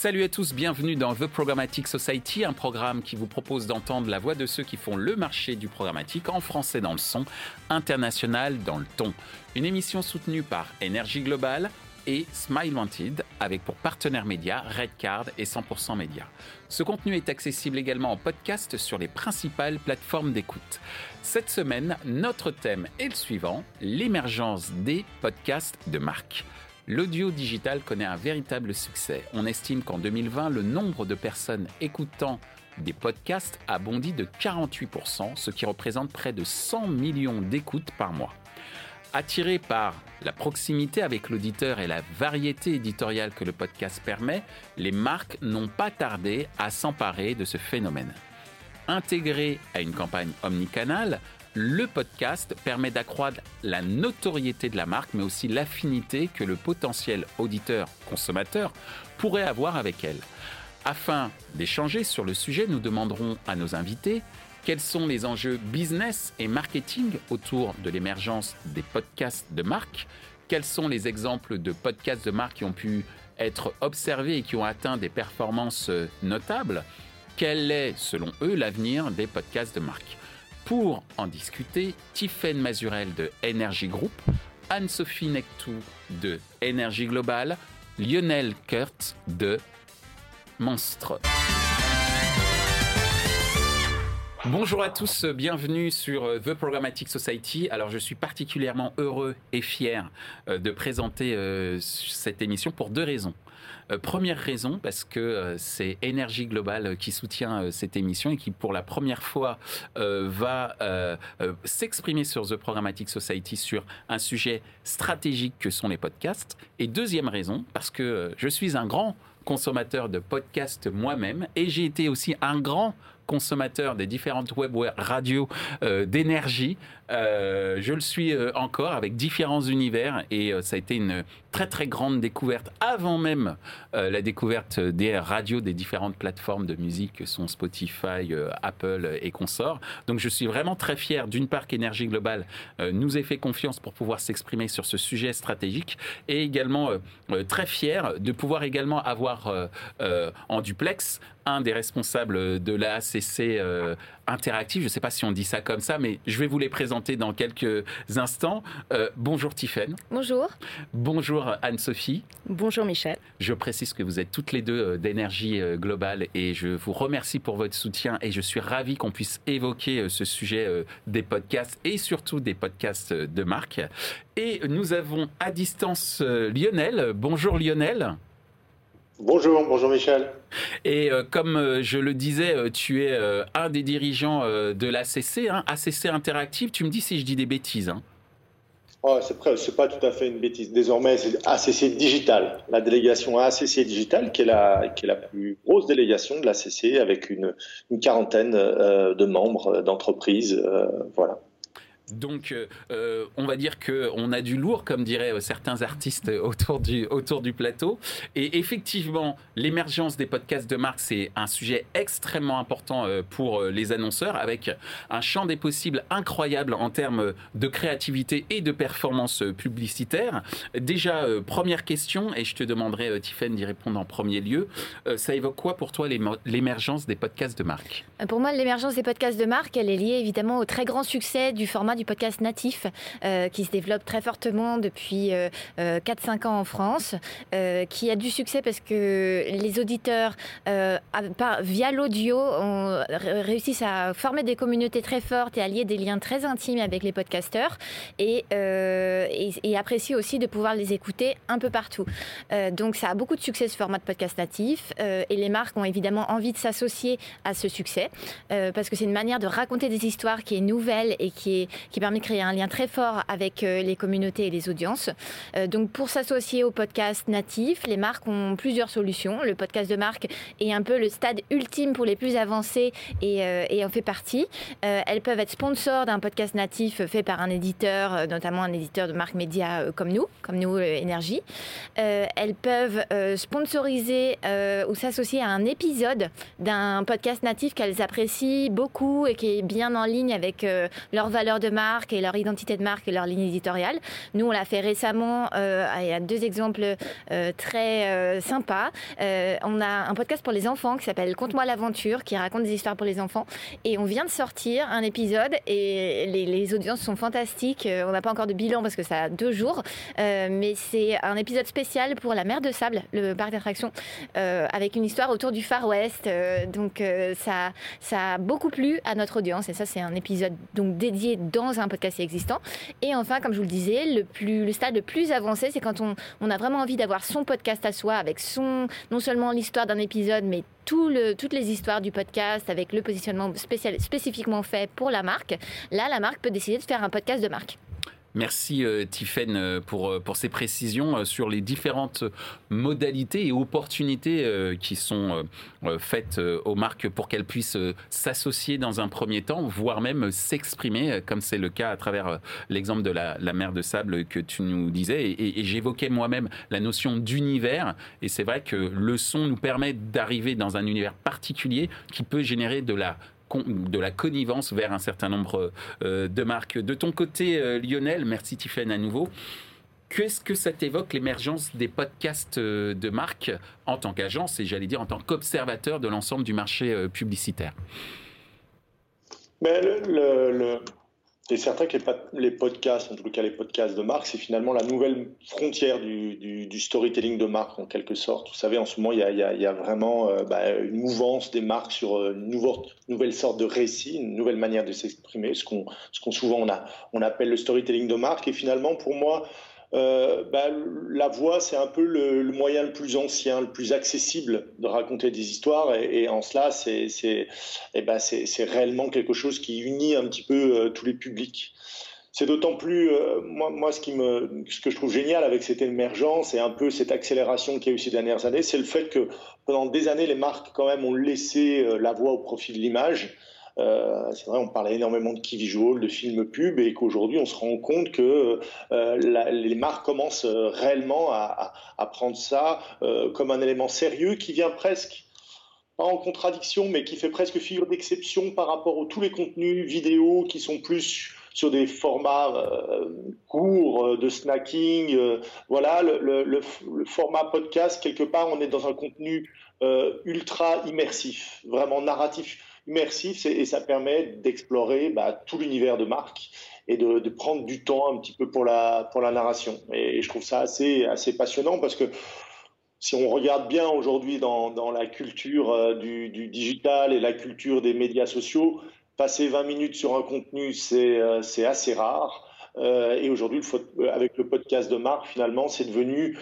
Salut à tous, bienvenue dans The Programmatic Society, un programme qui vous propose d'entendre la voix de ceux qui font le marché du programmatique en français dans le son, international dans le ton. Une émission soutenue par Énergie Globale et Smile Wanted, avec pour partenaires médias Redcard et 100% Média. Ce contenu est accessible également en podcast sur les principales plateformes d'écoute. Cette semaine, notre thème est le suivant, l'émergence des podcasts de marque. L'audio digital connaît un véritable succès. On estime qu'en 2020, le nombre de personnes écoutant des podcasts a bondi de 48%, ce qui représente près de 100 millions d'écoutes par mois. Attirés par la proximité avec l'auditeur et la variété éditoriale que le podcast permet, les marques n'ont pas tardé à s'emparer de ce phénomène. Intégré à une campagne omnicanale, le podcast permet d'accroître la notoriété de la marque, mais aussi l'affinité que le potentiel auditeur-consommateur pourrait avoir avec elle. Afin d'échanger sur le sujet, nous demanderons à nos invités quels sont les enjeux business et marketing autour de l'émergence des podcasts de marque, quels sont les exemples de podcasts de marque qui ont pu être observés et qui ont atteint des performances notables, quel est, selon eux, l'avenir des podcasts de marque. Pour en discuter, Tiffaine Mazurel de Energy Group, Anne-Sophie Nectou de Énergie Globale, Lionel Kurt de Monstre. Bonjour à tous, bienvenue sur The Programmatic Society. Alors je suis particulièrement heureux et fier de présenter cette émission pour deux raisons. Première raison, parce que c'est Énergie Globale qui soutient cette émission et qui pour la première fois va s'exprimer sur The Programmatic Society sur un sujet stratégique que sont les podcasts. Et deuxième raison, parce que je suis un grand consommateur de podcasts moi-même et j'ai été aussi un grand consommateur des différentes web radios d'énergie. Je le suis encore avec différents univers et ça a été une très très grande découverte avant même la découverte des radios des différentes plateformes de musique que sont Spotify, Apple et consorts. Donc je suis vraiment très fier d'une part qu'Énergie Globale nous ait fait confiance pour pouvoir s'exprimer sur ce sujet stratégique et également très fier de pouvoir également avoir en duplex un des responsables de la ACC Interactive, je ne sais pas si on dit ça comme ça, mais je vais vous les présenter dans quelques instants. Bonjour Tiffaine. Bonjour. Bonjour Anne-Sophie. Bonjour Michel. Je précise que vous êtes toutes les deux d'Énergie Globale et je vous remercie pour votre soutien et je suis ravi qu'on puisse évoquer ce sujet des podcasts et surtout des podcasts de marque. Et nous avons à distance Lionel. Bonjour Lionel. Bonjour Michel. Et comme je le disais, tu es un des dirigeants de l'ACC, ACC Interactive. Tu me dis si je dis des bêtises. Oh, c'est pas tout à fait une bêtise. Désormais, c'est ACC Digital, la délégation ACC Digital, qui est la plus grosse délégation de l'ACC, avec une quarantaine de membres d'entreprises. Voilà. Donc, on va dire qu'on a du lourd, comme diraient certains artistes autour du plateau. Et effectivement, l'émergence des podcasts de marque, c'est un sujet extrêmement important pour les annonceurs, avec un champ des possibles incroyable en termes de créativité et de performance publicitaire. Déjà, première question, et je te demanderai, Tiffaine, d'y répondre en premier lieu. Ça évoque quoi pour toi l'émergence des podcasts de marque ? Pour moi, l'émergence des podcasts de marque, elle est liée évidemment au très grand succès du format du podcast natif qui se développe très fortement depuis 4-5 ans en France, qui a du succès parce que les auditeurs, via l'audio, réussissent à former des communautés très fortes et à lier des liens très intimes avec les podcasteurs et apprécient aussi de pouvoir les écouter un peu partout. Donc ça a beaucoup de succès ce format de podcast natif et les marques ont évidemment envie de s'associer à ce succès parce que c'est une manière de raconter des histoires qui est nouvelle et qui permet de créer un lien très fort avec les communautés et les audiences. Donc pour s'associer au podcast natif, les marques ont plusieurs solutions. Le podcast de marque est un peu le stade ultime pour les plus avancés et en fait partie. Elles peuvent être sponsors d'un podcast natif fait par un éditeur, notamment un éditeur de marque média comme nous Énergie. Elles peuvent sponsoriser ou s'associer à un épisode d'un podcast natif qu'elles apprécient beaucoup et qui est bien en ligne avec leurs valeurs de marque et leur identité de marque et leur ligne éditoriale. Nous, on l'a fait récemment. Il y a 2 exemples très sympas. On a un podcast pour les enfants qui s'appelle Conte-moi l'aventure, qui raconte des histoires pour les enfants. Et on vient de sortir un épisode et les audiences sont fantastiques. On n'a pas encore de bilan parce que ça a 2 jours. Mais c'est un épisode spécial pour la mer de Sable, le parc d'attractions, avec une histoire autour du Far West. Donc ça a beaucoup plu à notre audience. Et ça, c'est un épisode donc dédié dans un podcast existant. Et enfin, comme je vous le disais, le stade le plus avancé, c'est quand on a vraiment envie d'avoir son podcast à soi, avec non seulement l'histoire d'un épisode, mais toutes les histoires du podcast, avec le positionnement spécifiquement fait pour la marque. Là, la marque peut décider de faire un podcast de marque. Merci Tiffaine pour ces précisions sur les différentes modalités et opportunités qui sont faites aux marques pour qu'elles puissent s'associer dans un premier temps, voire même s'exprimer, comme c'est le cas à travers l'exemple de la mer de Sable que tu nous disais. Et j'évoquais moi-même la notion d'univers. Et c'est vrai que le son nous permet d'arriver dans un univers particulier qui peut générer de la connivence vers un certain nombre de marques. De ton côté, Lionel, merci Tiffaine à nouveau. Qu'est-ce que ça t'évoque, l'émergence des podcasts de marque en tant qu'agence et j'allais dire en tant qu'observateur de l'ensemble du marché publicitaire? Mais c'est certain que les podcasts, en tout cas les podcasts de marque, c'est finalement la nouvelle frontière du storytelling de marque en quelque sorte. Vous savez, en ce moment, il y a vraiment une mouvance des marques sur une nouvelle sorte de récit, une nouvelle manière de s'exprimer, ce qu'on souvent on appelle le storytelling de marque. Et finalement, pour moi, la voix, c'est un peu le moyen le plus ancien, le plus accessible de raconter des histoires, et en cela, c'est réellement quelque chose qui unit un petit peu tous les publics. C'est d'autant plus, moi, ce que je trouve génial avec cette émergence et un peu cette accélération qu'il y a eu ces dernières années, c'est le fait que pendant des années, les marques quand même ont laissé la voix au profit de l'image. C'est vrai, on parlait énormément de key visual, de films pub, et qu'aujourd'hui on se rend compte que les marques commencent réellement à prendre ça comme un élément sérieux qui vient presque, pas en contradiction, mais qui fait presque figure d'exception par rapport à tous les contenus vidéo qui sont plus sur des formats courts, de snacking. Voilà, le format podcast, quelque part, on est dans un contenu ultra immersif, vraiment narratif immersif, et ça permet d'explorer tout l'univers de marque et de prendre du temps un petit peu pour la narration. Et je trouve ça assez passionnant parce que si on regarde bien aujourd'hui dans la culture du digital et la culture des médias sociaux, passer 20 minutes sur un contenu, c'est assez rare. Et aujourd'hui, avec le podcast de marque, finalement, c'est devenu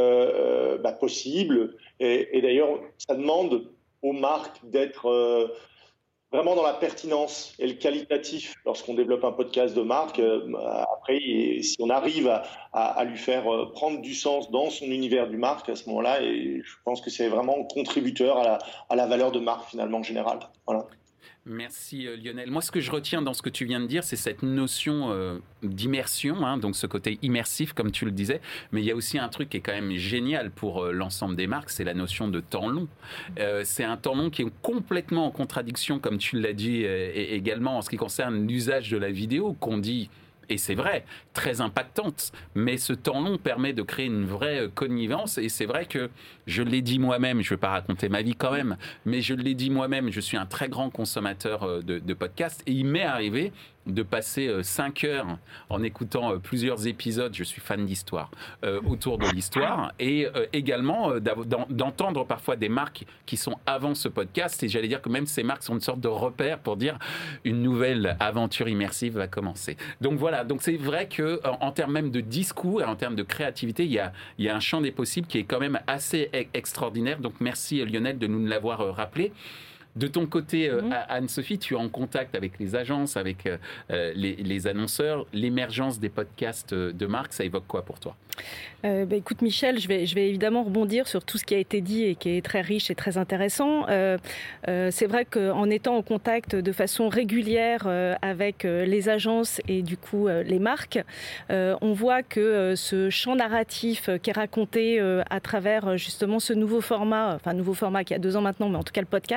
possible. Et d'ailleurs, ça demande aux marques d'être vraiment dans la pertinence et le qualitatif lorsqu'on développe un podcast de marque. Après, si on arrive à lui faire prendre du sens dans son univers du marque, à ce moment-là, et je pense que c'est vraiment contributeur à la valeur de marque finalement générale. Voilà. Merci Lionel. Moi, ce que je retiens dans ce que tu viens de dire, c'est cette notion d'immersion, donc ce côté immersif, comme tu le disais. Mais il y a aussi un truc qui est quand même génial pour l'ensemble des marques, c'est la notion de temps long. C'est un temps long qui est complètement en contradiction, comme tu l'as dit, et également en ce qui concerne l'usage de la vidéo, qu'on dit... Et c'est vrai, très impactante, mais ce temps long permet de créer une vraie connivence. Et c'est vrai que je l'ai dit moi-même, je ne vais pas raconter ma vie quand même, mais je l'ai dit moi-même, je suis un très grand consommateur de podcasts. Et il m'est arrivé de passer 5 heures en écoutant plusieurs épisodes, je suis fan d'histoire, autour de l'histoire, et également d'entendre parfois des marques qui sont avant ce podcast, et j'allais dire que même ces marques sont une sorte de repère pour dire une nouvelle aventure immersive va commencer. Donc voilà, donc c'est vrai qu'en termes même de discours et en termes de créativité, il y a un champ des possibles qui est quand même assez extraordinaire, donc merci Lionel de nous l'avoir rappelé. De ton côté, Anne-Sophie, tu es en contact avec les agences, avec les annonceurs. L'émergence des podcasts de marque, ça évoque quoi pour toi ? Écoute Michel, je vais évidemment rebondir sur tout ce qui a été dit et qui est très riche et très intéressant. C'est vrai qu'en étant en contact de façon régulière avec les agences et du coup les marques, on voit que ce champ narratif qui est raconté à travers justement ce nouveau format qui a 2 ans maintenant, mais en tout cas le podcast,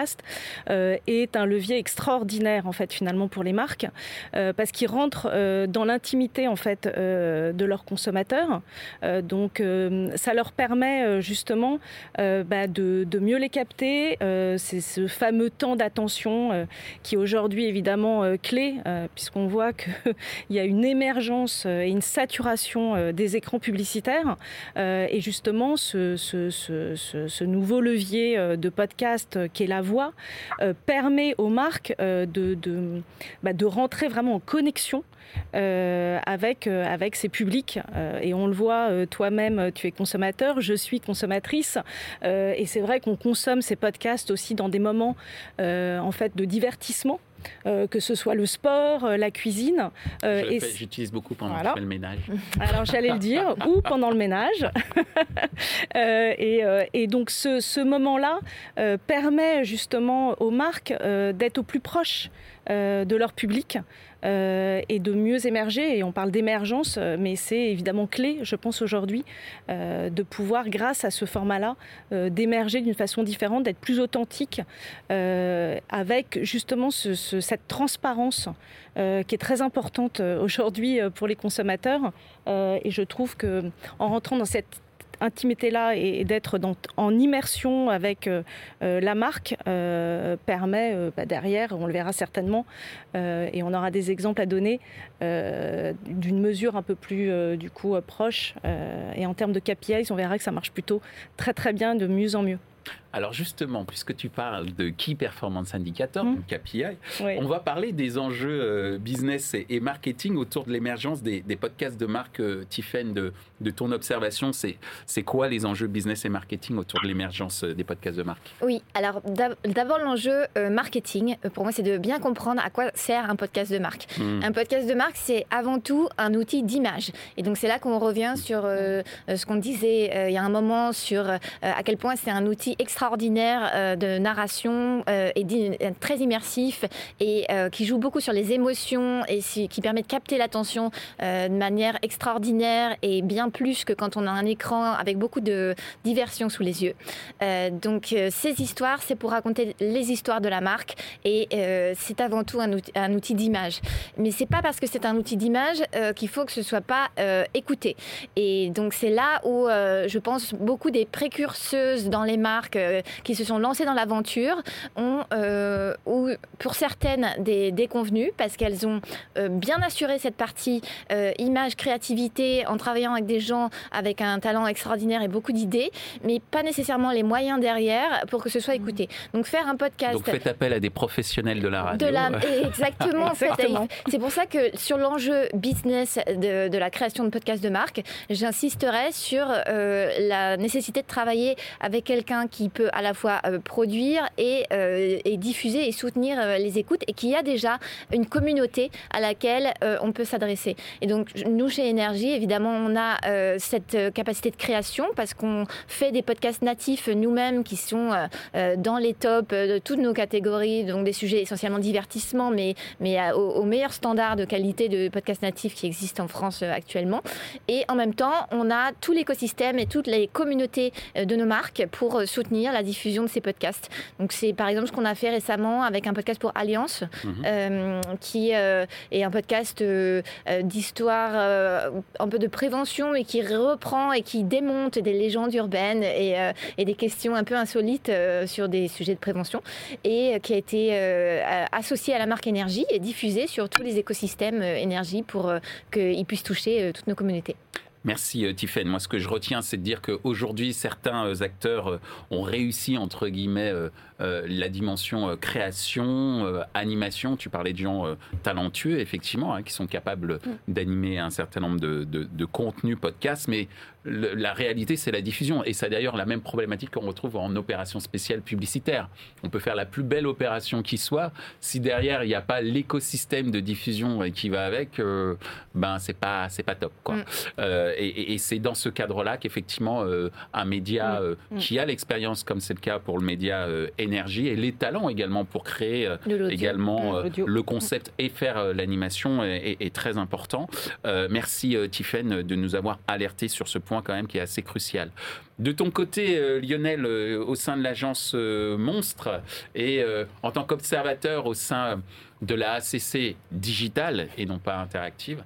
est un levier extraordinaire en fait finalement pour les marques parce qu'il rentre dans l'intimité en fait de leurs consommateurs. Donc ça leur permet justement de mieux les capter. C'est ce fameux temps d'attention qui est aujourd'hui évidemment clé puisqu'on voit qu'il y a une émergence et une saturation des écrans publicitaires et justement ce nouveau levier de podcast qui est la voix permet aux marques de rentrer vraiment en connexion avec ces publics et on le voit, toi-même tu es consommateur, je suis consommatrice et c'est vrai qu'on consomme ces podcasts aussi dans des moments en fait de divertissement. Que ce soit le sport, la cuisine. J'utilise beaucoup pendant que je fais le ménage. Alors j'allais le dire, ou pendant le ménage. Et donc ce moment-là permet justement aux marques d'être au plus proche de leur public et de mieux émerger. Et on parle d'émergence, mais c'est évidemment clé, je pense aujourd'hui, de pouvoir, grâce à ce format-là, d'émerger d'une façon différente, d'être plus authentique, avec justement cette transparence qui est très importante aujourd'hui pour les consommateurs. Et je trouve qu'en rentrant dans cette intimité-là et d'être en immersion avec la marque permet derrière, on le verra certainement, et on aura des exemples à donner d'une mesure un peu plus proche. Et en termes de KPIs, on verra que ça marche plutôt très très bien, de mieux en mieux. Alors justement, puisque tu parles de Key Performance Indicator, KPI, on va parler des enjeux business et marketing autour de l'émergence des podcasts de marque. Tiffaine, de ton observation, c'est quoi les enjeux business et marketing autour de l'émergence des podcasts de marque? Oui, alors d'abord l'enjeu marketing, pour moi c'est de bien comprendre à quoi sert un podcast de marque. Un podcast de marque, c'est avant tout un outil d'image. Et donc c'est là qu'on revient sur ce qu'on disait il y a un moment sur à quel point c'est un outil extraordinaire de narration et très immersif et qui joue beaucoup sur les émotions et qui permet de capter l'attention de manière extraordinaire et bien plus que quand on a un écran avec beaucoup de diversion sous les yeux. Donc ces histoires, c'est pour raconter les histoires de la marque et c'est avant tout un outil d'image. Mais c'est pas parce que c'est un outil d'image qu'il faut que ce soit pas écouté. Et donc c'est là où je pense beaucoup des précurseuses dans les marques qui se sont lancées dans l'aventure ont, ou pour certaines, des déconvenues parce qu'elles ont bien assuré cette partie image, créativité en travaillant avec des gens avec un talent extraordinaire et beaucoup d'idées, mais pas nécessairement les moyens derrière pour que ce soit écouté. Donc faire un podcast... Donc faites appel à des professionnels de la radio. Exactement. C'est pour ça que sur l'enjeu business de la création de podcasts de marque, j'insisterai sur la nécessité de travailler avec quelqu'un qui peut à la fois produire et diffuser et soutenir les écoutes et qui a déjà une communauté à laquelle on peut s'adresser. Et donc nous chez Énergie, évidemment, on a cette capacité de création parce qu'on fait des podcasts natifs nous-mêmes qui sont dans les tops de toutes nos catégories, donc des sujets essentiellement divertissement, mais au meilleur standard de qualité de podcasts natifs qui existent en France actuellement. Et en même temps, on a tout l'écosystème et toutes les communautés de nos marques pour soutenir la diffusion de ces podcasts. Donc c'est par exemple ce qu'on a fait récemment avec un podcast pour Alliance, qui est un podcast d'histoire, un peu de prévention, mais qui reprend et qui démonte des légendes urbaines et des questions un peu insolites sur des sujets de prévention, et qui a été associé à la marque Énergie et diffusé sur tous les écosystèmes Énergie pour qu'ils puissent toucher toutes nos communautés. Merci Tiffaine. Moi, ce que je retiens, c'est de dire qu'aujourd'hui, certains acteurs ont réussi, entre guillemets, la dimension création, animation. Tu parlais de gens talentueux, effectivement, qui sont capables d'animer un certain nombre de contenus podcasts, mais la réalité, c'est la diffusion. Et c'est d'ailleurs la même problématique qu'on retrouve en opération spéciale publicitaire. On peut faire la plus belle opération qui soit. Si derrière, il n'y a pas l'écosystème de diffusion qui va avec, c'est pas top, quoi. Et c'est dans ce cadre-là qu'effectivement, un média qui a l'expérience, comme c'est le cas pour le média Énergie, et les talents également pour créer également le concept et faire l'animation est très important. Merci Tiffaine de nous avoir alertés sur ce point quand même qui est assez crucial. De ton côté, Lionel, au sein de l'agence Monstre et en tant qu'observateur au sein de la ACC digitale et non pas interactive,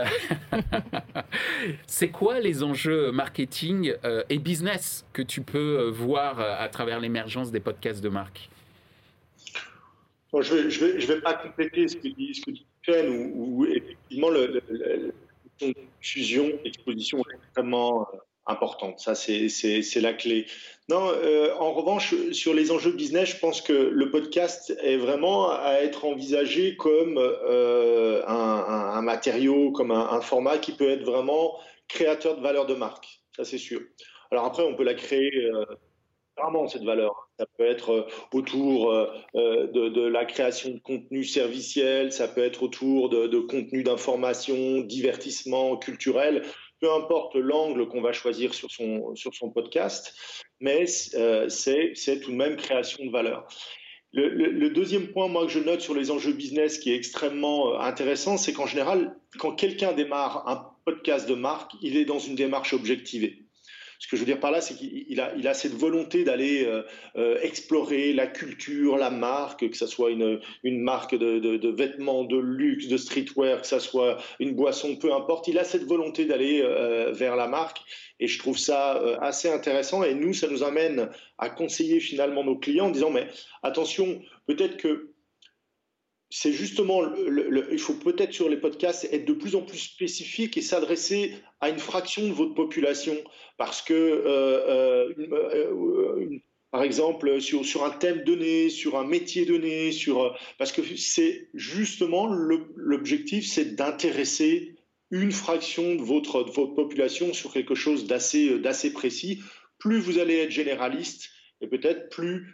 c'est quoi les enjeux marketing et business que tu peux voir à travers l'émergence des podcasts de marque? Bon, je vais pas compléter ce que dit Ken, où effectivement la fusion, l'exposition est extrêmement importante. Ça, c'est la clé. Non, en revanche, sur les enjeux business, je pense que le podcast est vraiment à être envisagé comme un matériau, comme un format qui peut être vraiment créateur de valeur de marque. Ça, c'est sûr. Alors après, on peut la créer vraiment cette valeur. Ça peut être autour de la création de contenu serviciel, ça peut être autour de contenu d'information, divertissement, culturel, peu importe l'angle qu'on va choisir sur son podcast, mais c'est tout de même création de valeur. Le deuxième point, moi, que je note sur les enjeux business qui est extrêmement intéressant, c'est qu'en général, quand quelqu'un démarre un podcast de marque, il est dans une démarche objectivée. Ce que je veux dire par là, c'est qu'il a cette volonté d'aller explorer la culture, la marque, que ce soit une marque de vêtements, de luxe, de streetwear, que ce soit une boisson, peu importe. Il a cette volonté d'aller vers la marque et je trouve ça assez intéressant. Et nous, ça nous amène à conseiller finalement nos clients en disant, mais attention, peut-être que c'est justement, il faut peut-être sur les podcasts être de plus en plus spécifique et s'adresser à une fraction de votre population. Parce que, par exemple, sur un thème donné, sur un métier donné, parce que c'est justement l'objectif, c'est d'intéresser une fraction de votre population sur quelque chose d'assez précis. Plus vous allez être généraliste, et peut-être plus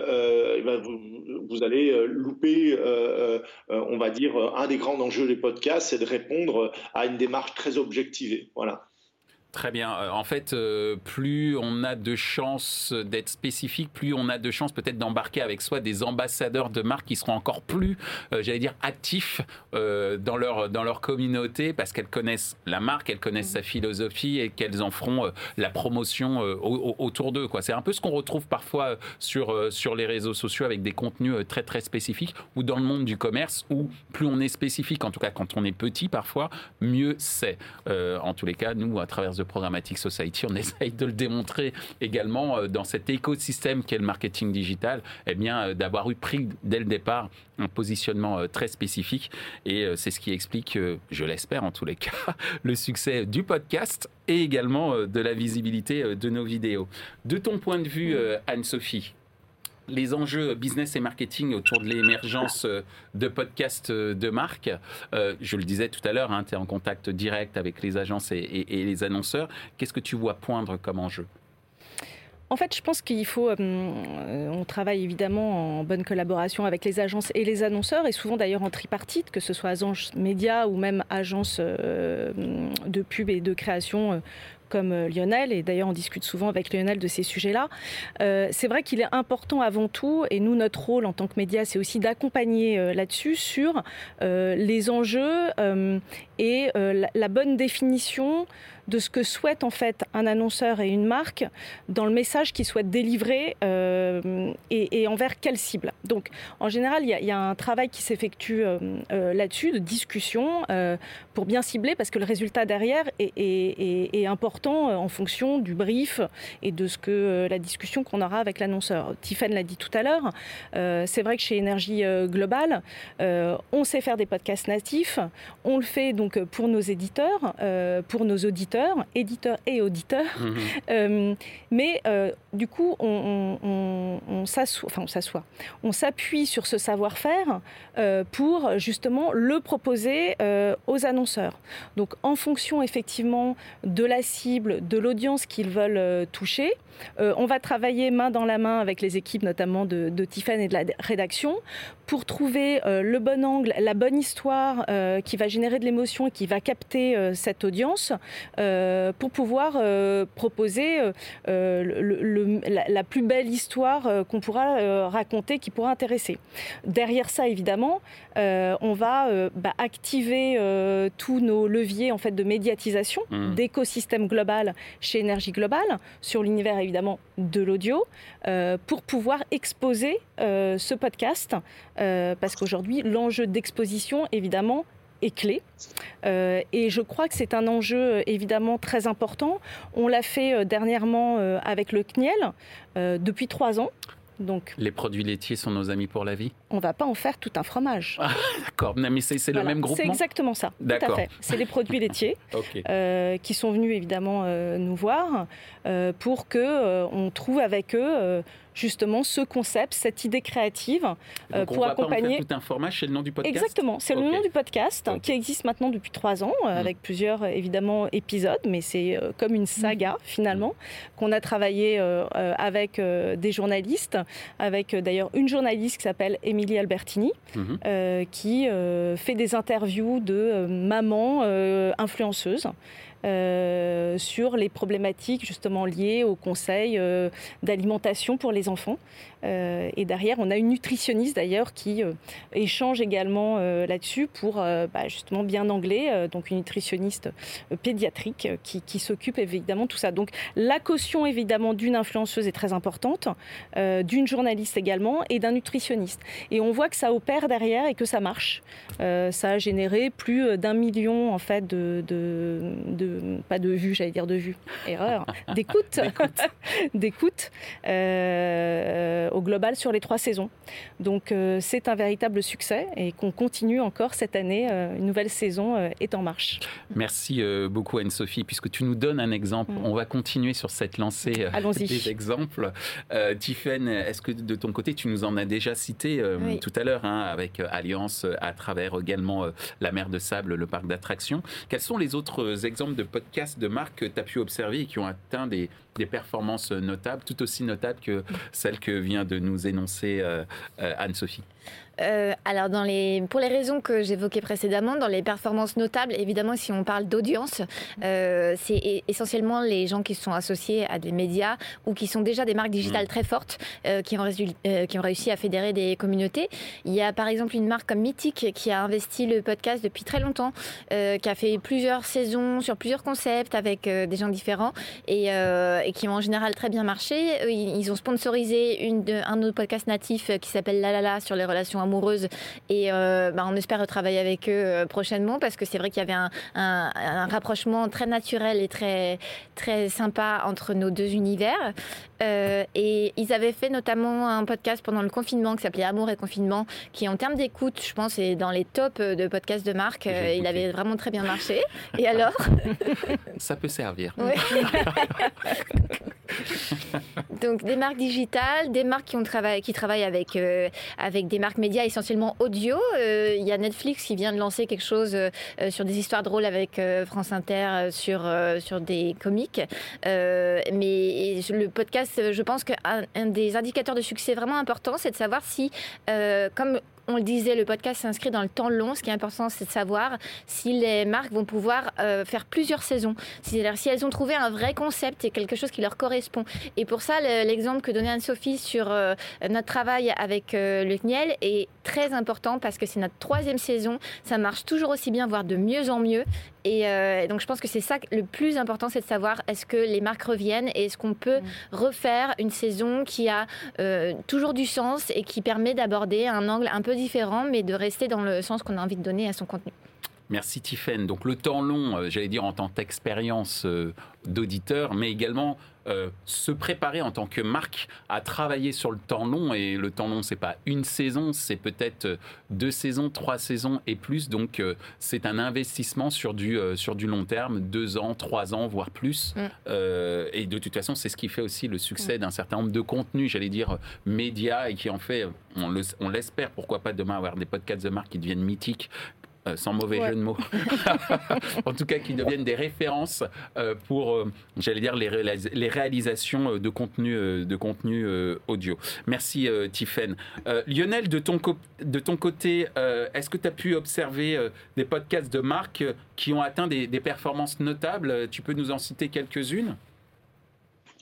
vous allez louper, on va dire, un des grands enjeux des podcasts, c'est de répondre à une démarche très objectivée. Voilà. Très bien. En fait, plus on a de chances d'être spécifique, plus on a de chances peut-être d'embarquer avec soi des ambassadeurs de marque qui seront encore plus, j'allais dire, actifs dans leur communauté parce qu'elles connaissent la marque, elles connaissent sa philosophie et qu'elles en feront la promotion autour d'eux, quoi. C'est un peu ce qu'on retrouve parfois sur les réseaux sociaux avec des contenus très très spécifiques ou dans le monde du commerce où plus on est spécifique, en tout cas quand on est petit parfois, mieux c'est. En tous les cas, nous, à travers The Programmatic Society, on essaye de le démontrer également dans cet écosystème qu'est le marketing digital, eh bien, d'avoir eu pris dès le départ un positionnement très spécifique et c'est ce qui explique, je l'espère en tous les cas, le succès du podcast et également de la visibilité de nos vidéos. De ton point de vue, Anne-Sophie, les enjeux business et marketing autour de l'émergence de podcasts de marque. Je le disais tout à l'heure, tu es en contact direct avec les agences et les annonceurs. Qu'est-ce que tu vois poindre comme enjeu ? En fait, je pense qu'il faut... on travaille évidemment en bonne collaboration avec les agences et les annonceurs, et souvent d'ailleurs en tripartite, que ce soit agences médias ou même agences de pub et de création comme Lionel, et d'ailleurs on discute souvent avec Lionel de ces sujets-là. C'est vrai qu'il est important avant tout, et nous notre rôle en tant que média, c'est aussi d'accompagner là-dessus sur les enjeux et la bonne définition de ce que souhaite en fait un annonceur et une marque dans le message qu'il souhaite délivrer et envers quelle cible. Donc en général, il y a un travail qui s'effectue là-dessus, de discussion, pour bien cibler, parce que le résultat derrière est important en fonction du brief et de ce que la discussion qu'on aura avec l'annonceur. Tiffen l'a dit tout à l'heure, c'est vrai que chez Énergie Globale, on sait faire des podcasts natifs, on le fait donc pour nos éditeurs, pour nos auditeurs et auditeurs, mais du coup on s'appuie sur ce savoir-faire pour justement le proposer aux annonceurs. Donc en fonction effectivement de la cible, de l'audience qu'ils veulent toucher, on va travailler main dans la main avec les équipes notamment de Tiffen et de la rédaction pour trouver le bon angle, la bonne histoire qui va générer de l'émotion et qui va capter cette audience pour pouvoir proposer le la plus belle histoire qu'on pourra raconter, qui pourra intéresser. Derrière ça, évidemment, on va activer tous nos leviers en fait, de médiatisation, d'écosystème global chez Énergie Globale, sur l'univers évidemment de l'audio, pour pouvoir exposer ce podcast, parce qu'aujourd'hui, l'enjeu d'exposition, évidemment, est clé. Et je crois que c'est un enjeu évidemment très important. On l'a fait dernièrement avec le CNIEL depuis 3 ans. Donc, les produits laitiers sont nos amis pour la vie ? On ne va pas en faire tout un fromage. Ah, d'accord, mais c'est le même groupement ? C'est exactement ça, tout à fait. C'est les produits laitiers qui sont venus évidemment nous voir pour qu'on trouve avec eux justement ce concept, cette idée créative pour accompagner. On va pas en faire tout un fromage, c'est le nom du podcast ? Exactement, c'est le nom du podcast qui existe maintenant depuis 3 ans avec plusieurs évidemment épisodes, mais c'est comme une saga finalement qu'on a travaillé avec des journalistes, avec d'ailleurs une journaliste qui s'appelle Émilie Albertini, qui fait des interviews de mamans influenceuses. Sur les problématiques justement liées aux conseils d'alimentation pour les enfants. Et derrière, on a une nutritionniste d'ailleurs qui échange également là-dessus pour justement bien anglais, donc une nutritionniste pédiatrique qui s'occupe évidemment de tout ça. Donc la caution évidemment d'une influenceuse est très importante, d'une journaliste également et d'un nutritionniste. Et on voit que ça opère derrière et que ça marche. Ça a généré plus d'1 million en fait pas de vues, j'allais dire de vues, erreur, d'écoutes au global sur les 3 saisons. Donc c'est un véritable succès et qu'on continue encore cette année, une nouvelle saison est en marche. Merci beaucoup Anne-Sophie, puisque tu nous donnes un exemple, on va continuer sur cette lancée des exemples. Tiffaine, est-ce que de ton côté, tu nous en as déjà cité tout à l'heure, avec Alliance, à travers également la mer de Sable, le parc d'attractions. Quels sont les autres exemples de podcasts de marques que tu as pu observer et qui ont atteint des performances notables, tout aussi notables que celles que vient de nous énoncer Anne-Sophie? Alors, pour les raisons que j'évoquais précédemment, dans les performances notables, évidemment, si on parle d'audience, c'est essentiellement les gens qui sont associés à des médias ou qui sont déjà des marques digitales très fortes, qui ont réussi à fédérer des communautés. Il y a par exemple une marque comme Mythique qui a investi le podcast depuis très longtemps, qui a fait plusieurs saisons sur plusieurs concepts avec des gens différents et qui ont en général très bien marché. Ils ont sponsorisé un autre podcast natif qui s'appelle La La La sur les relations amoureuses et on espère retravailler avec eux prochainement parce que c'est vrai qu'il y avait un rapprochement très naturel et très, très sympa entre nos 2 univers. Et ils avaient fait notamment un podcast pendant le confinement qui s'appelait Amour et Confinement, qui en termes d'écoute, je pense, est dans les tops de podcasts de marque. Il avait vraiment très bien marché. Et alors ? Ça peut servir. Oui. Donc des marques digitales, des marques qui travaillent avec des marques médias essentiellement audio. Il y a Netflix qui vient de lancer quelque chose sur des histoires drôles avec France Inter sur des comiques. Mais le podcast, je pense qu'un des indicateurs de succès vraiment important, c'est de savoir si, comme on le disait, le podcast s'inscrit dans le temps long. Ce qui est important, c'est de savoir si les marques vont pouvoir faire plusieurs saisons. C'est-à-dire si elles ont trouvé un vrai concept et quelque chose qui leur correspond. Et pour ça, l'exemple que donnait Anne-Sophie sur notre travail avec le CNIEL est très important parce que c'est notre 3e saison. Ça marche toujours aussi bien, voire de mieux en mieux. Et donc je pense que c'est ça le plus important, c'est de savoir est-ce que les marques reviennent et est-ce qu'on peut refaire une saison qui a toujours du sens et qui permet d'aborder un angle un peu différent mais de rester dans le sens qu'on a envie de donner à son contenu. Merci Tiffaine. Donc le temps long, j'allais dire en tant qu'expérience d'auditeur, mais également se préparer en tant que marque à travailler sur le temps long. Et le temps long, c'est pas une saison, c'est peut-être 2 saisons, 3 saisons et plus. Donc c'est un investissement sur du long terme, 2 ans, 3 ans, voire plus. Et de toute façon, c'est ce qui fait aussi le succès d'un certain nombre de contenus, j'allais dire médias, et qui en fait, on l'espère, pourquoi pas demain avoir des podcasts de marque qui deviennent mythiques. Sans mauvais jeu de mots, en tout cas qui deviennent des références pour, j'allais dire, les réalisations de contenu audio. Merci Tiffaine. Lionel, de ton côté, est-ce que tu as pu observer des podcasts de marque qui ont atteint des performances notables ? Tu peux nous en citer quelques-unes ?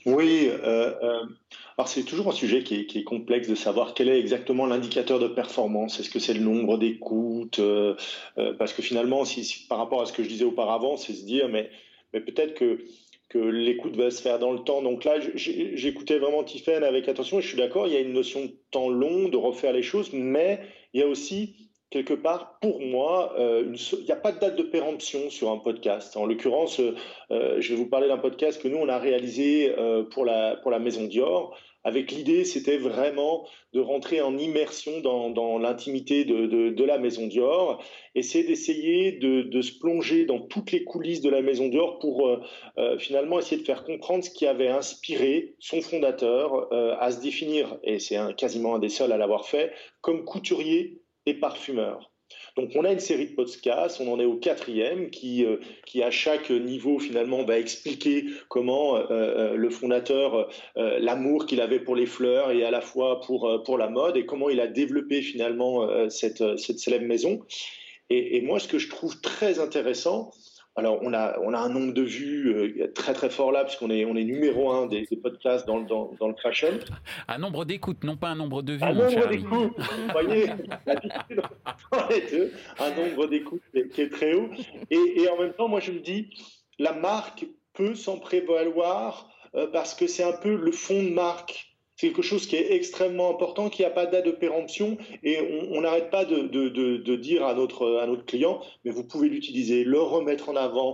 Oui, alors c'est toujours un sujet qui est complexe de savoir quel est exactement l'indicateur de performance. Est-ce que c'est le nombre d'écoutes parce que finalement, si par rapport à ce que je disais auparavant, c'est se dire, mais peut-être que l'écoute va se faire dans le temps. Donc là, j'écoutais vraiment Tiffaine avec attention et je suis d'accord, il y a une notion de temps long, de refaire les choses, mais il y a aussi quelque part, pour moi, il n'y a pas de date de péremption sur un podcast. En l'occurrence, je vais vous parler d'un podcast que nous, on a réalisé pour la Maison Dior. Avec l'idée, c'était vraiment de rentrer en immersion dans l'intimité de la Maison Dior, et c'est d'essayer de se plonger dans toutes les coulisses de la Maison Dior pour finalement essayer de faire comprendre ce qui avait inspiré son fondateur à se définir, et c'est quasiment un des seuls à l'avoir fait, comme couturier et parfumeur. Donc on a une série de podcasts, on en est au 4e, qui à chaque niveau finalement va expliquer comment le fondateur, l'amour qu'il avait pour les fleurs et à la fois pour la mode, et comment il a développé finalement cette célèbre maison. Et moi, ce que je trouve très intéressant, alors on a un nombre de vues très très fort là, puisqu'on est numéro 1 des podcasts dans le fashion. Un nombre d'écoutes, non pas un nombre de vues. Un nombre d'écoutes, vous voyez, la différence entre les deux, un nombre d'écoutes qui est très haut. Et en même temps, moi je me dis, la marque peut s'en prévaloir parce que c'est un peu le fond de marque. C'est quelque chose qui est extrêmement important, qui n'a pas de date de péremption, et on n'arrête pas de dire à notre client, mais vous pouvez l'utiliser, le remettre en avant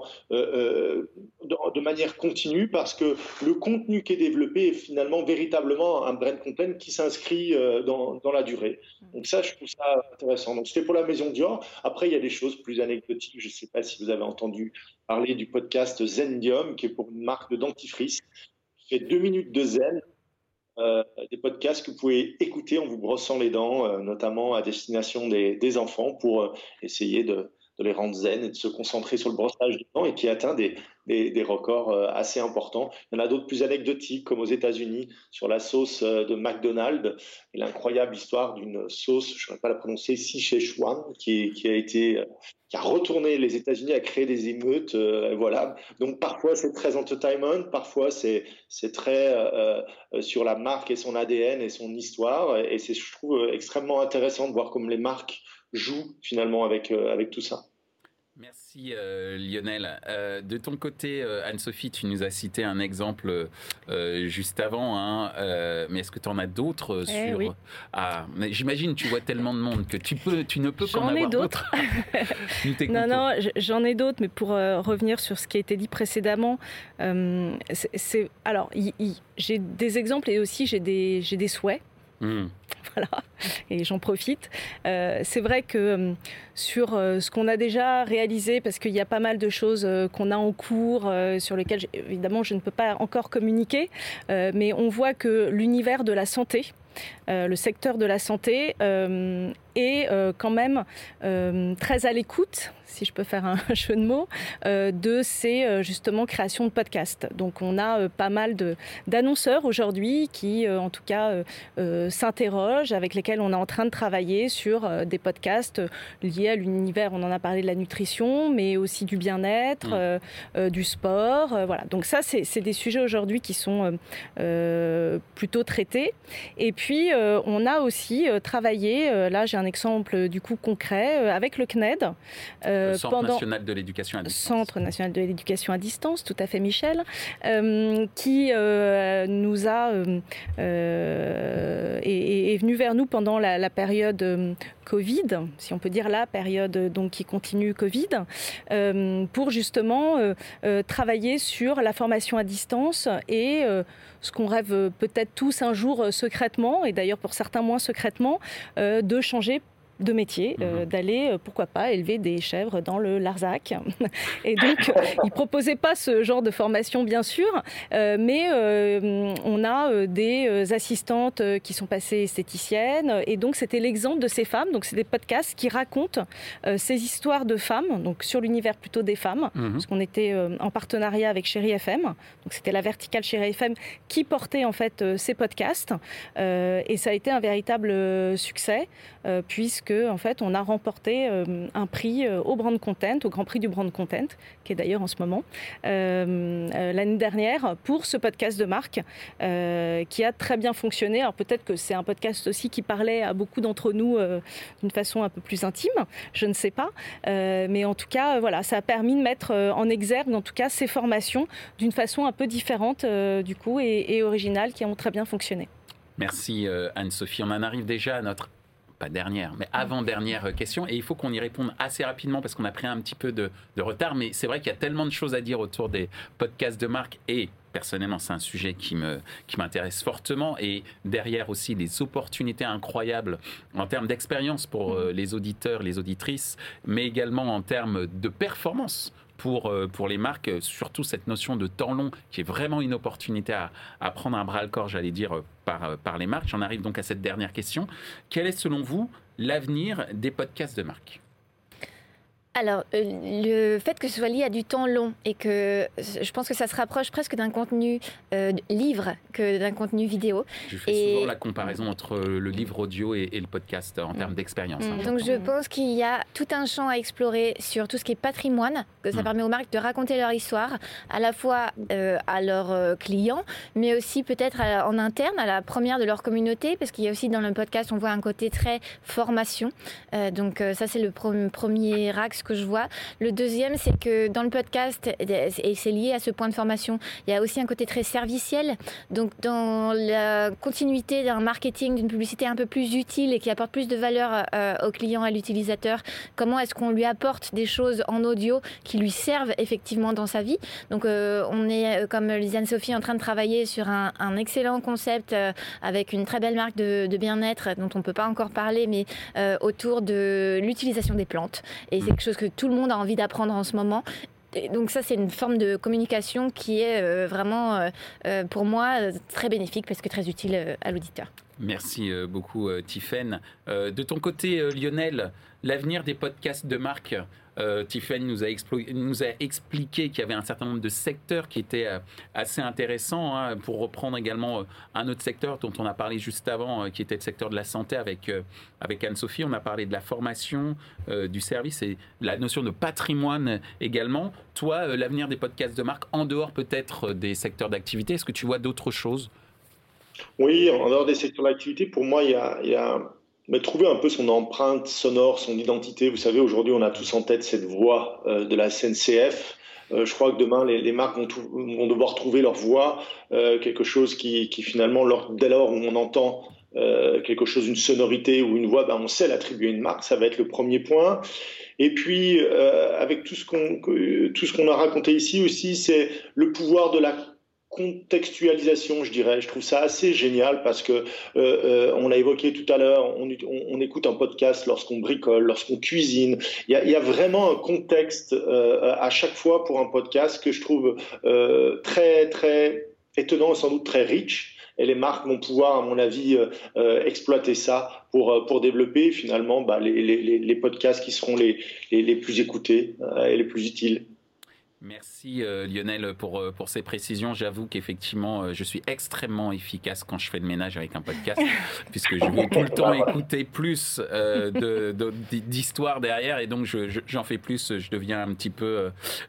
de manière continue, parce que le contenu qui est développé est finalement véritablement un brand content qui s'inscrit dans la durée. Donc ça, je trouve ça intéressant. Donc c'était pour la Maison Dior. Après, il y a des choses plus anecdotiques. Je ne sais pas si vous avez entendu parler du podcast Zendium, qui est pour une marque de dentifrice, qui fait 2 minutes de zen. Des podcasts que vous pouvez écouter en vous brossant les dents, notamment à destination des enfants, pour essayer de les rendre zen et de se concentrer sur le brossage des dents, et qui atteint des records assez importants. Il y en a d'autres plus anecdotiques, comme aux États-Unis, sur la sauce de McDonald's, et l'incroyable histoire d'une sauce, je ne saurais pas la prononcer, Sichuan, qui a retourné les États-Unis, a créé des émeutes, voilà. Donc parfois c'est très entertainment, parfois c'est très sur la marque et son ADN et son histoire, et c'est, je trouve, extrêmement intéressant de voir comme les marques jouent finalement avec tout ça. Merci Lionel. De ton côté, Anne-Sophie, tu nous as cité un exemple juste avant, hein, mais est-ce que tu en as d'autres sur... Oui. Ah, j'imagine, tu vois tellement de monde que tu ne peux qu'en avoir d'autres. Non, j'en ai d'autres, mais pour revenir sur ce qui a été dit précédemment, alors j'ai des exemples et aussi j'ai des souhaits. Voilà, et j'en profite. C'est vrai que sur ce qu'on a déjà réalisé, parce qu'il y a pas mal de choses qu'on a en cours, sur lesquelles évidemment je ne peux pas encore communiquer, mais on voit que l'univers de la santé, le secteur de la santé est quand même très à l'écoute, si je peux faire un jeu de mots, de ces justement créations de podcasts. Donc on a pas mal d'annonceurs aujourd'hui qui en tout cas s'interrogent, avec lesquels on est en train de travailler sur des podcasts liés à l'univers, on en a parlé, de la nutrition, mais aussi du bien-être, du sport, voilà. Donc ça c'est des sujets aujourd'hui qui sont plutôt traités. Et puis on a aussi travaillé, là j'ai un exemple du coup concret, avec le CNED. Le Centre national de l'éducation à distance. Centre national de l'éducation à distance, tout à fait, Michel, qui nous a est venu vers nous pendant la période Covid, si on peut dire la période donc qui continue Covid, pour justement travailler sur la formation à distance et ce qu'on rêve peut-être tous un jour secrètement, et d'ailleurs pour certains moins secrètement, de changer de métier, d'aller, pourquoi pas, élever des chèvres dans le Larzac. Et donc, ils ne proposaient pas ce genre de formation, bien sûr, mais on a des assistantes qui sont passées esthéticiennes, et donc c'était l'exemple de ces femmes. Donc, c'est des podcasts qui racontent ces histoires de femmes, donc sur l'univers plutôt des femmes, parce qu'on était en partenariat avec Chéri FM, donc c'était la verticale Chéri FM qui portait en fait ces podcasts, et ça a été un véritable succès, puisque que en fait, on a remporté un prix au Brand Content, au Grand Prix du Brand Content, qui est d'ailleurs en ce moment, l'année dernière, pour ce podcast de marque, qui a très bien fonctionné. Alors peut-être que c'est un podcast aussi qui parlait à beaucoup d'entre nous d'une façon un peu plus intime, je ne sais pas. Mais en tout cas, voilà, ça a permis de mettre en exergue, en tout cas, ces formations d'une façon un peu différente, du coup, et originale, qui ont très bien fonctionné. Merci Anne-Sophie. On en arrive déjà à notre, pas dernière, mais avant-dernière question. Et il faut qu'on y réponde assez rapidement parce qu'on a pris un petit peu de retard. Mais c'est vrai qu'il y a tellement de choses à dire autour des podcasts de marque et personnellement, c'est un sujet qui m'intéresse fortement. Et derrière aussi, les opportunités incroyables en termes d'expérience pour les auditeurs, les auditrices, mais également en termes de performance pour les marques, surtout cette notion de temps long qui est vraiment une opportunité à prendre un bras-le-corps, j'allais dire, par les marques. J'en arrive donc à cette dernière question. Quel est selon vous l'avenir des podcasts de marque ? Alors, le fait que ce soit lié à du temps long et que je pense que ça se rapproche presque d'un contenu livre que d'un contenu vidéo. Je fais souvent la comparaison entre le livre audio et le podcast en termes d'expérience. Donc, je pense qu'il y a tout un champ à explorer sur tout ce qui est patrimoine, que ça permet aux marques de raconter leur histoire, à la fois à leurs clients, mais aussi peut-être en interne, à la première de leur communauté, parce qu'il y a aussi dans le podcast, on voit un côté très formation. Donc, ça, c'est le premier axe que je vois. Le deuxième, c'est que dans le podcast, et c'est lié à ce point de formation, il y a aussi un côté très serviciel. Donc, dans la continuité d'un marketing, d'une publicité un peu plus utile et qui apporte plus de valeur au client, à l'utilisateur, comment est-ce qu'on lui apporte des choses en audio qui lui servent effectivement dans sa vie. Donc, on est, comme le disait Anne-Sophie, en train de travailler sur un excellent concept avec une très belle marque de bien-être dont on ne peut pas encore parler, mais autour de l'utilisation des plantes. Et c'est quelque chose que tout le monde a envie d'apprendre en ce moment. Et donc ça, c'est une forme de communication qui est vraiment, pour moi, très bénéfique parce que très utile à l'auditeur. Merci beaucoup, Tiffaine. De ton côté, Lionel, l'avenir des podcasts de marque, Tiffaine nous a expliqué qu'il y avait un certain nombre de secteurs qui étaient assez intéressants. Pour reprendre également un autre secteur dont on a parlé juste avant, qui était le secteur de la santé avec Anne-Sophie. On a parlé de la formation, du service et la notion de patrimoine également. Toi, l'avenir des podcasts de marque, en dehors peut-être des secteurs d'activité, est-ce que tu vois d'autres choses ? Oui, en dehors des secteurs d'activité, pour moi, il y a mais trouver un peu son empreinte sonore, son identité. Vous savez, aujourd'hui, on a tous en tête cette voix de la SNCF. Je crois que demain, les marques vont devoir trouver leur voix, quelque chose qui finalement, dès lors où on entend quelque chose, une sonorité ou une voix, on sait l'attribuer à une marque. Ça va être le premier point. Et puis, avec tout ce qu'on a raconté ici aussi, c'est le pouvoir de la contextualisation, je dirais. Je trouve ça assez génial parce que on l'a évoqué tout à l'heure, on écoute un podcast lorsqu'on bricole, lorsqu'on cuisine. Il y a vraiment un contexte à chaque fois pour un podcast que je trouve très, très étonnant et sans doute très riche. Et les marques vont pouvoir, à mon avis, exploiter ça pour développer finalement les podcasts qui seront les plus écoutés et les plus utiles. Merci Lionel pour ces précisions. J'avoue qu'effectivement, je suis extrêmement efficace quand je fais le ménage avec un podcast, puisque je veux tout le temps écouter plus d'histoires derrière, et donc j'en fais plus. Je deviens un petit peu,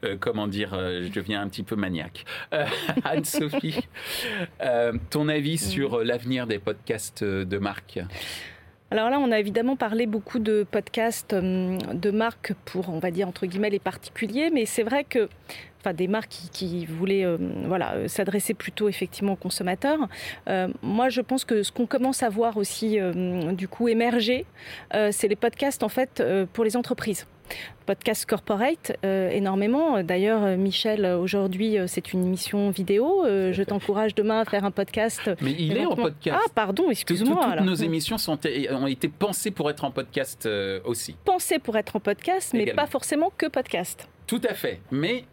je deviens un petit peu maniaque. Anne-Sophie, ton avis sur l'avenir des podcasts de marque ? Alors là, on a évidemment parlé beaucoup de podcasts de marques pour, on va dire, entre guillemets, les particuliers, mais c'est vrai que des marques qui voulaient s'adresser plutôt effectivement aux consommateurs. Moi, je pense que ce qu'on commence à voir aussi du coup émerger, c'est les podcasts en fait pour les entreprises. Podcast corporate, énormément. D'ailleurs, Michel, aujourd'hui, c'est une émission vidéo. Je t'encourage demain à faire un podcast. Mais il est en podcast. Ah, pardon, excuse-moi. Toutes nos émissions ont été pensées pour être en podcast aussi. Pensées pour être en podcast, mais pas forcément que podcast. Tout à fait. Mais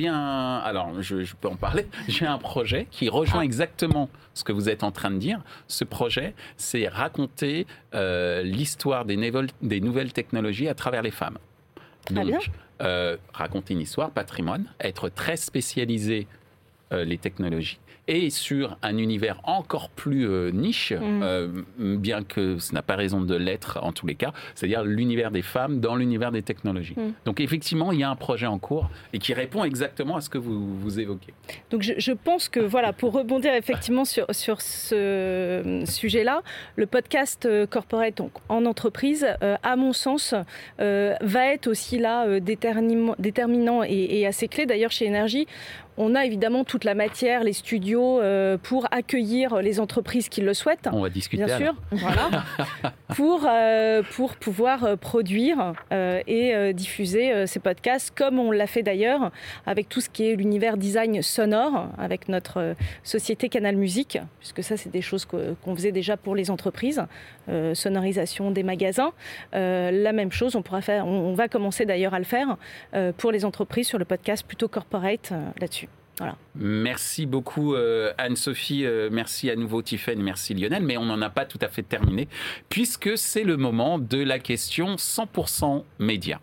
je peux en parler. J'ai un projet qui rejoint exactement ce que vous êtes en train de dire. Ce projet, c'est raconter l'histoire des nouvelles technologies à travers les femmes. Très bien. Raconter une histoire, patrimoine, être très spécialisé les technologies. Et sur un univers encore plus niche, bien que ça n'a pas raison de l'être en tous les cas, c'est-à-dire l'univers des femmes dans l'univers des technologies. Donc effectivement, il y a un projet en cours et qui répond exactement à ce que vous évoquez. Donc je pense que voilà, pour rebondir effectivement sur ce sujet-là, le podcast corporate donc, en entreprise, à mon sens, va être aussi là déterminant et assez clé. D'ailleurs, chez Énergie, on a évidemment toute la matière, les studios pour accueillir les entreprises qui le souhaitent. On va discuter. Bien sûr, voilà, pour pouvoir produire et diffuser ces podcasts, comme on l'a fait d'ailleurs avec tout ce qui est l'univers design sonore, avec notre société Canal Musique, puisque ça, c'est des choses qu'on faisait déjà pour les entreprises, sonorisation des magasins. La même chose, on va commencer d'ailleurs à le faire pour les entreprises sur le podcast plutôt corporate là-dessus. Voilà. Merci beaucoup Anne-Sophie, merci à nouveau Tiffaine, merci Lionel, mais on n'en a pas tout à fait terminé, puisque c'est le moment de la question 100% média.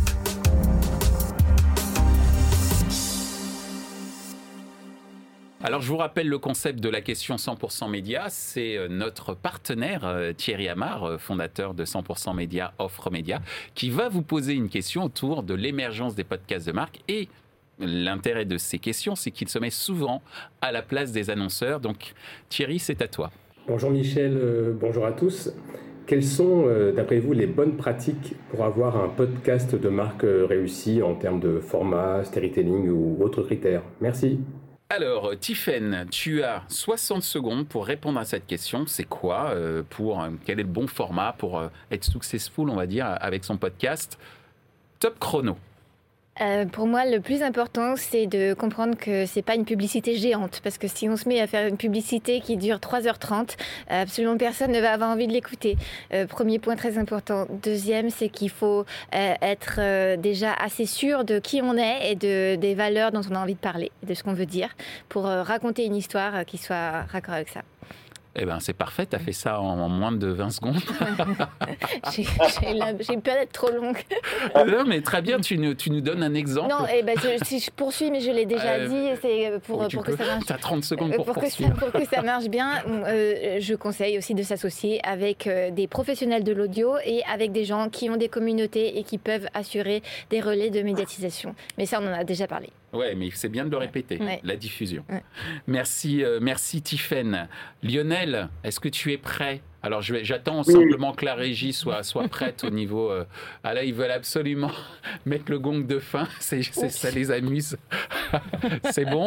Alors, je vous rappelle le concept de la question 100% média. C'est notre partenaire Thierry Amar, fondateur de 100% média, Offre Média, qui va vous poser une question autour de l'émergence des podcasts de marque. Et l'intérêt de ces questions, c'est qu'il se met souvent à la place des annonceurs. Donc, Thierry, c'est à toi. Bonjour Michel, bonjour à tous. Quelles sont, d'après vous, les bonnes pratiques pour avoir un podcast de marque réussi en termes de format, storytelling ou autres critères ? Merci. Alors, Tiffaine, tu as 60 secondes pour répondre à cette question. C'est quoi quel est le bon format pour être successful, on va dire, avec son podcast ? Top chrono. Pour moi, le plus important, c'est de comprendre que c'est pas une publicité géante. Parce que si on se met à faire une publicité qui dure 3h30, absolument personne ne va avoir envie de l'écouter. Premier point très important. Deuxième, c'est qu'il faut être déjà assez sûr de qui on est et des valeurs dont on a envie de parler, de ce qu'on veut dire, pour raconter une histoire qui soit raccord avec ça. Eh bien, c'est parfait, tu as fait ça en moins de 20 secondes. J'ai peur d'être trop longue. Non, mais très bien, tu nous donnes un exemple. Non, si je poursuis, mais je l'ai déjà dit, c'est pour que ça marche. Tu as 30 secondes pour poursuivre. Pour que ça marche bien, je conseille aussi de s'associer avec des professionnels de l'audio et avec des gens qui ont des communautés et qui peuvent assurer des relais de médiatisation. Mais ça, on en a déjà parlé. Ouais, mais c'est bien de le répéter, la diffusion. Ouais. Merci Tiffaine. Lionel, est-ce que tu es prêt ? Alors, j'attends simplement que la régie soit prête au niveau... Ah là, ils veulent absolument mettre le gong de fin. Ça les amuse. C'est bon ?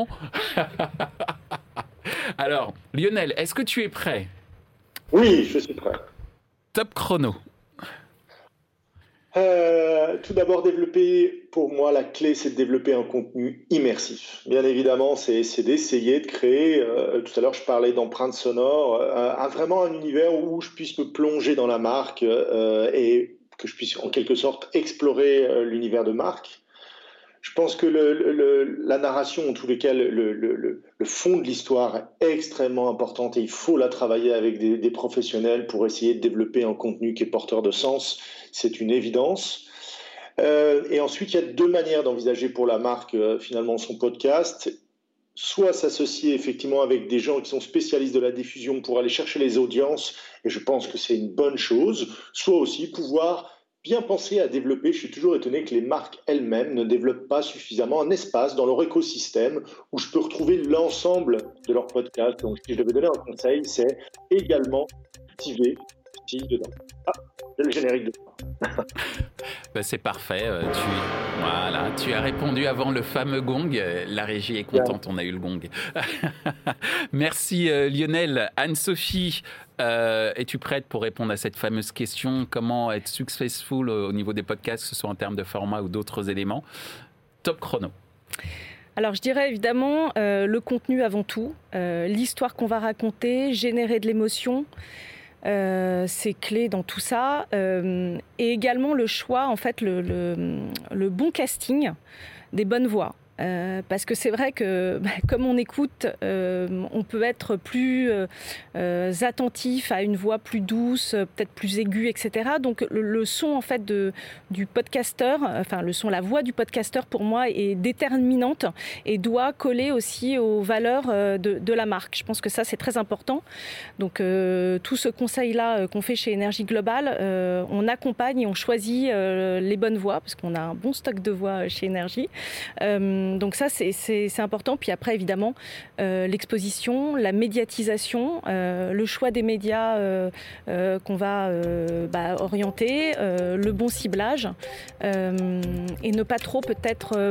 Alors, Lionel, est-ce que tu es prêt ? Oui, je suis prêt. Top chrono. Tout d'abord, pour moi, la clé, c'est de développer un contenu immersif. Bien évidemment, c'est d'essayer de créer, tout à l'heure, je parlais d'empreinte sonore, vraiment un univers où je puisse me plonger dans la marque et que je puisse, en quelque sorte, explorer l'univers de marque. Je pense que la narration, en tous les cas, le fond de l'histoire est extrêmement importante et il faut la travailler avec des professionnels pour essayer de développer un contenu qui est porteur de sens. C'est une évidence. Et ensuite, il y a deux manières d'envisager pour la marque, finalement, son podcast. Soit s'associer effectivement avec des gens qui sont spécialistes de la diffusion pour aller chercher les audiences, et je pense que c'est une bonne chose. Soit aussi pouvoir bien penser à développer. Je suis toujours étonné que les marques elles-mêmes ne développent pas suffisamment un espace dans leur écosystème où je peux retrouver l'ensemble de leur podcast. Donc, si je devais donner un conseil, c'est également activer ici dedans. Ah, c'est le générique de Ben c'est parfait. Tu as répondu avant le fameux gong. La régie est contente, on a eu le gong. Merci Lionel. Anne-Sophie, es-tu prête pour répondre à cette fameuse question ? Comment être successful au niveau des podcasts, que ce soit en termes de format ou d'autres éléments ? Top chrono. Alors je dirais évidemment le contenu avant tout, l'histoire qu'on va raconter, générer de l'émotion. C'est clé dans tout ça. Et également le choix, en fait, le bon casting des bonnes voix. Parce que c'est vrai que comme on écoute, on peut être plus attentif à une voix plus douce, peut-être plus aiguë, etc. Donc le son en fait du podcasteur, enfin le son, la voix du podcasteur pour moi est déterminante et doit coller aussi aux valeurs de la marque. Je pense que ça c'est très important. Donc tout ce conseil-là qu'on fait chez Énergie Globale, on accompagne et on choisit les bonnes voix parce qu'on a un bon stock de voix chez Énergie. Donc ça c'est important. Puis après évidemment l'exposition, la médiatisation, le choix des médias qu'on va orienter, le bon ciblage et ne pas trop peut-être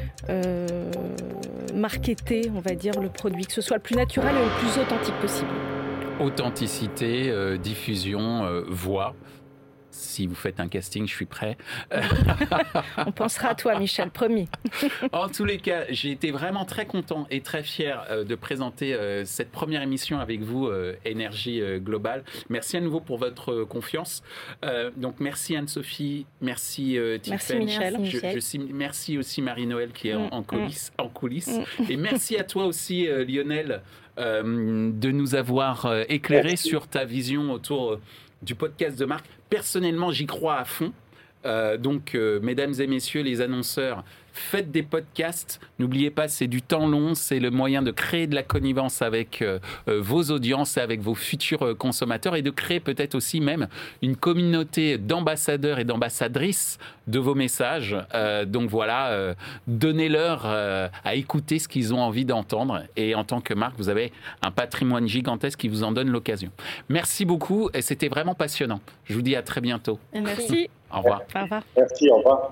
marketer, on va dire, le produit, que ce soit le plus naturel et le plus authentique possible. Authenticité, diffusion, voix. Si vous faites un casting, je suis prêt. On pensera à toi, Michel, promis. En tous les cas, j'ai été vraiment très content et très fier de présenter cette première émission avec vous, Énergie Globale. Merci à nouveau pour votre confiance. Donc, merci Anne-Sophie, merci Tiffaine. Merci Michel. Merci aussi Marie-Noël qui est en coulisses. Et merci à toi aussi, Lionel, de nous avoir éclairé sur ta vision autour du podcast de marque. Personnellement, j'y crois à fond. Donc, mesdames et messieurs les annonceurs, faites des podcasts. N'oubliez pas, c'est du temps long. C'est le moyen de créer de la connivence avec vos audiences et avec vos futurs consommateurs et de créer peut-être aussi même une communauté d'ambassadeurs et d'ambassadrices de vos messages. Donc voilà, donnez-leur à écouter ce qu'ils ont envie d'entendre. Et en tant que marque, vous avez un patrimoine gigantesque qui vous en donne l'occasion. Merci beaucoup et c'était vraiment passionnant. Je vous dis à très bientôt. Merci. Au revoir. Au revoir. Merci, au revoir.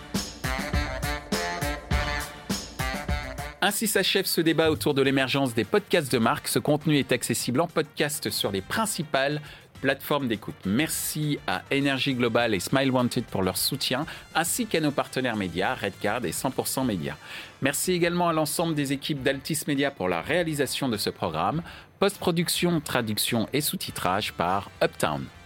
Ainsi s'achève ce débat autour de l'émergence des podcasts de marque. Ce contenu est accessible en podcast sur les principales plateformes d'écoute. Merci à Énergie Globale et Smile Wanted pour leur soutien, ainsi qu'à nos partenaires médias, Redcard et 100% Média. Merci également à l'ensemble des équipes d'Altis Media pour la réalisation de ce programme. Post-production, traduction et sous-titrage par Uptown.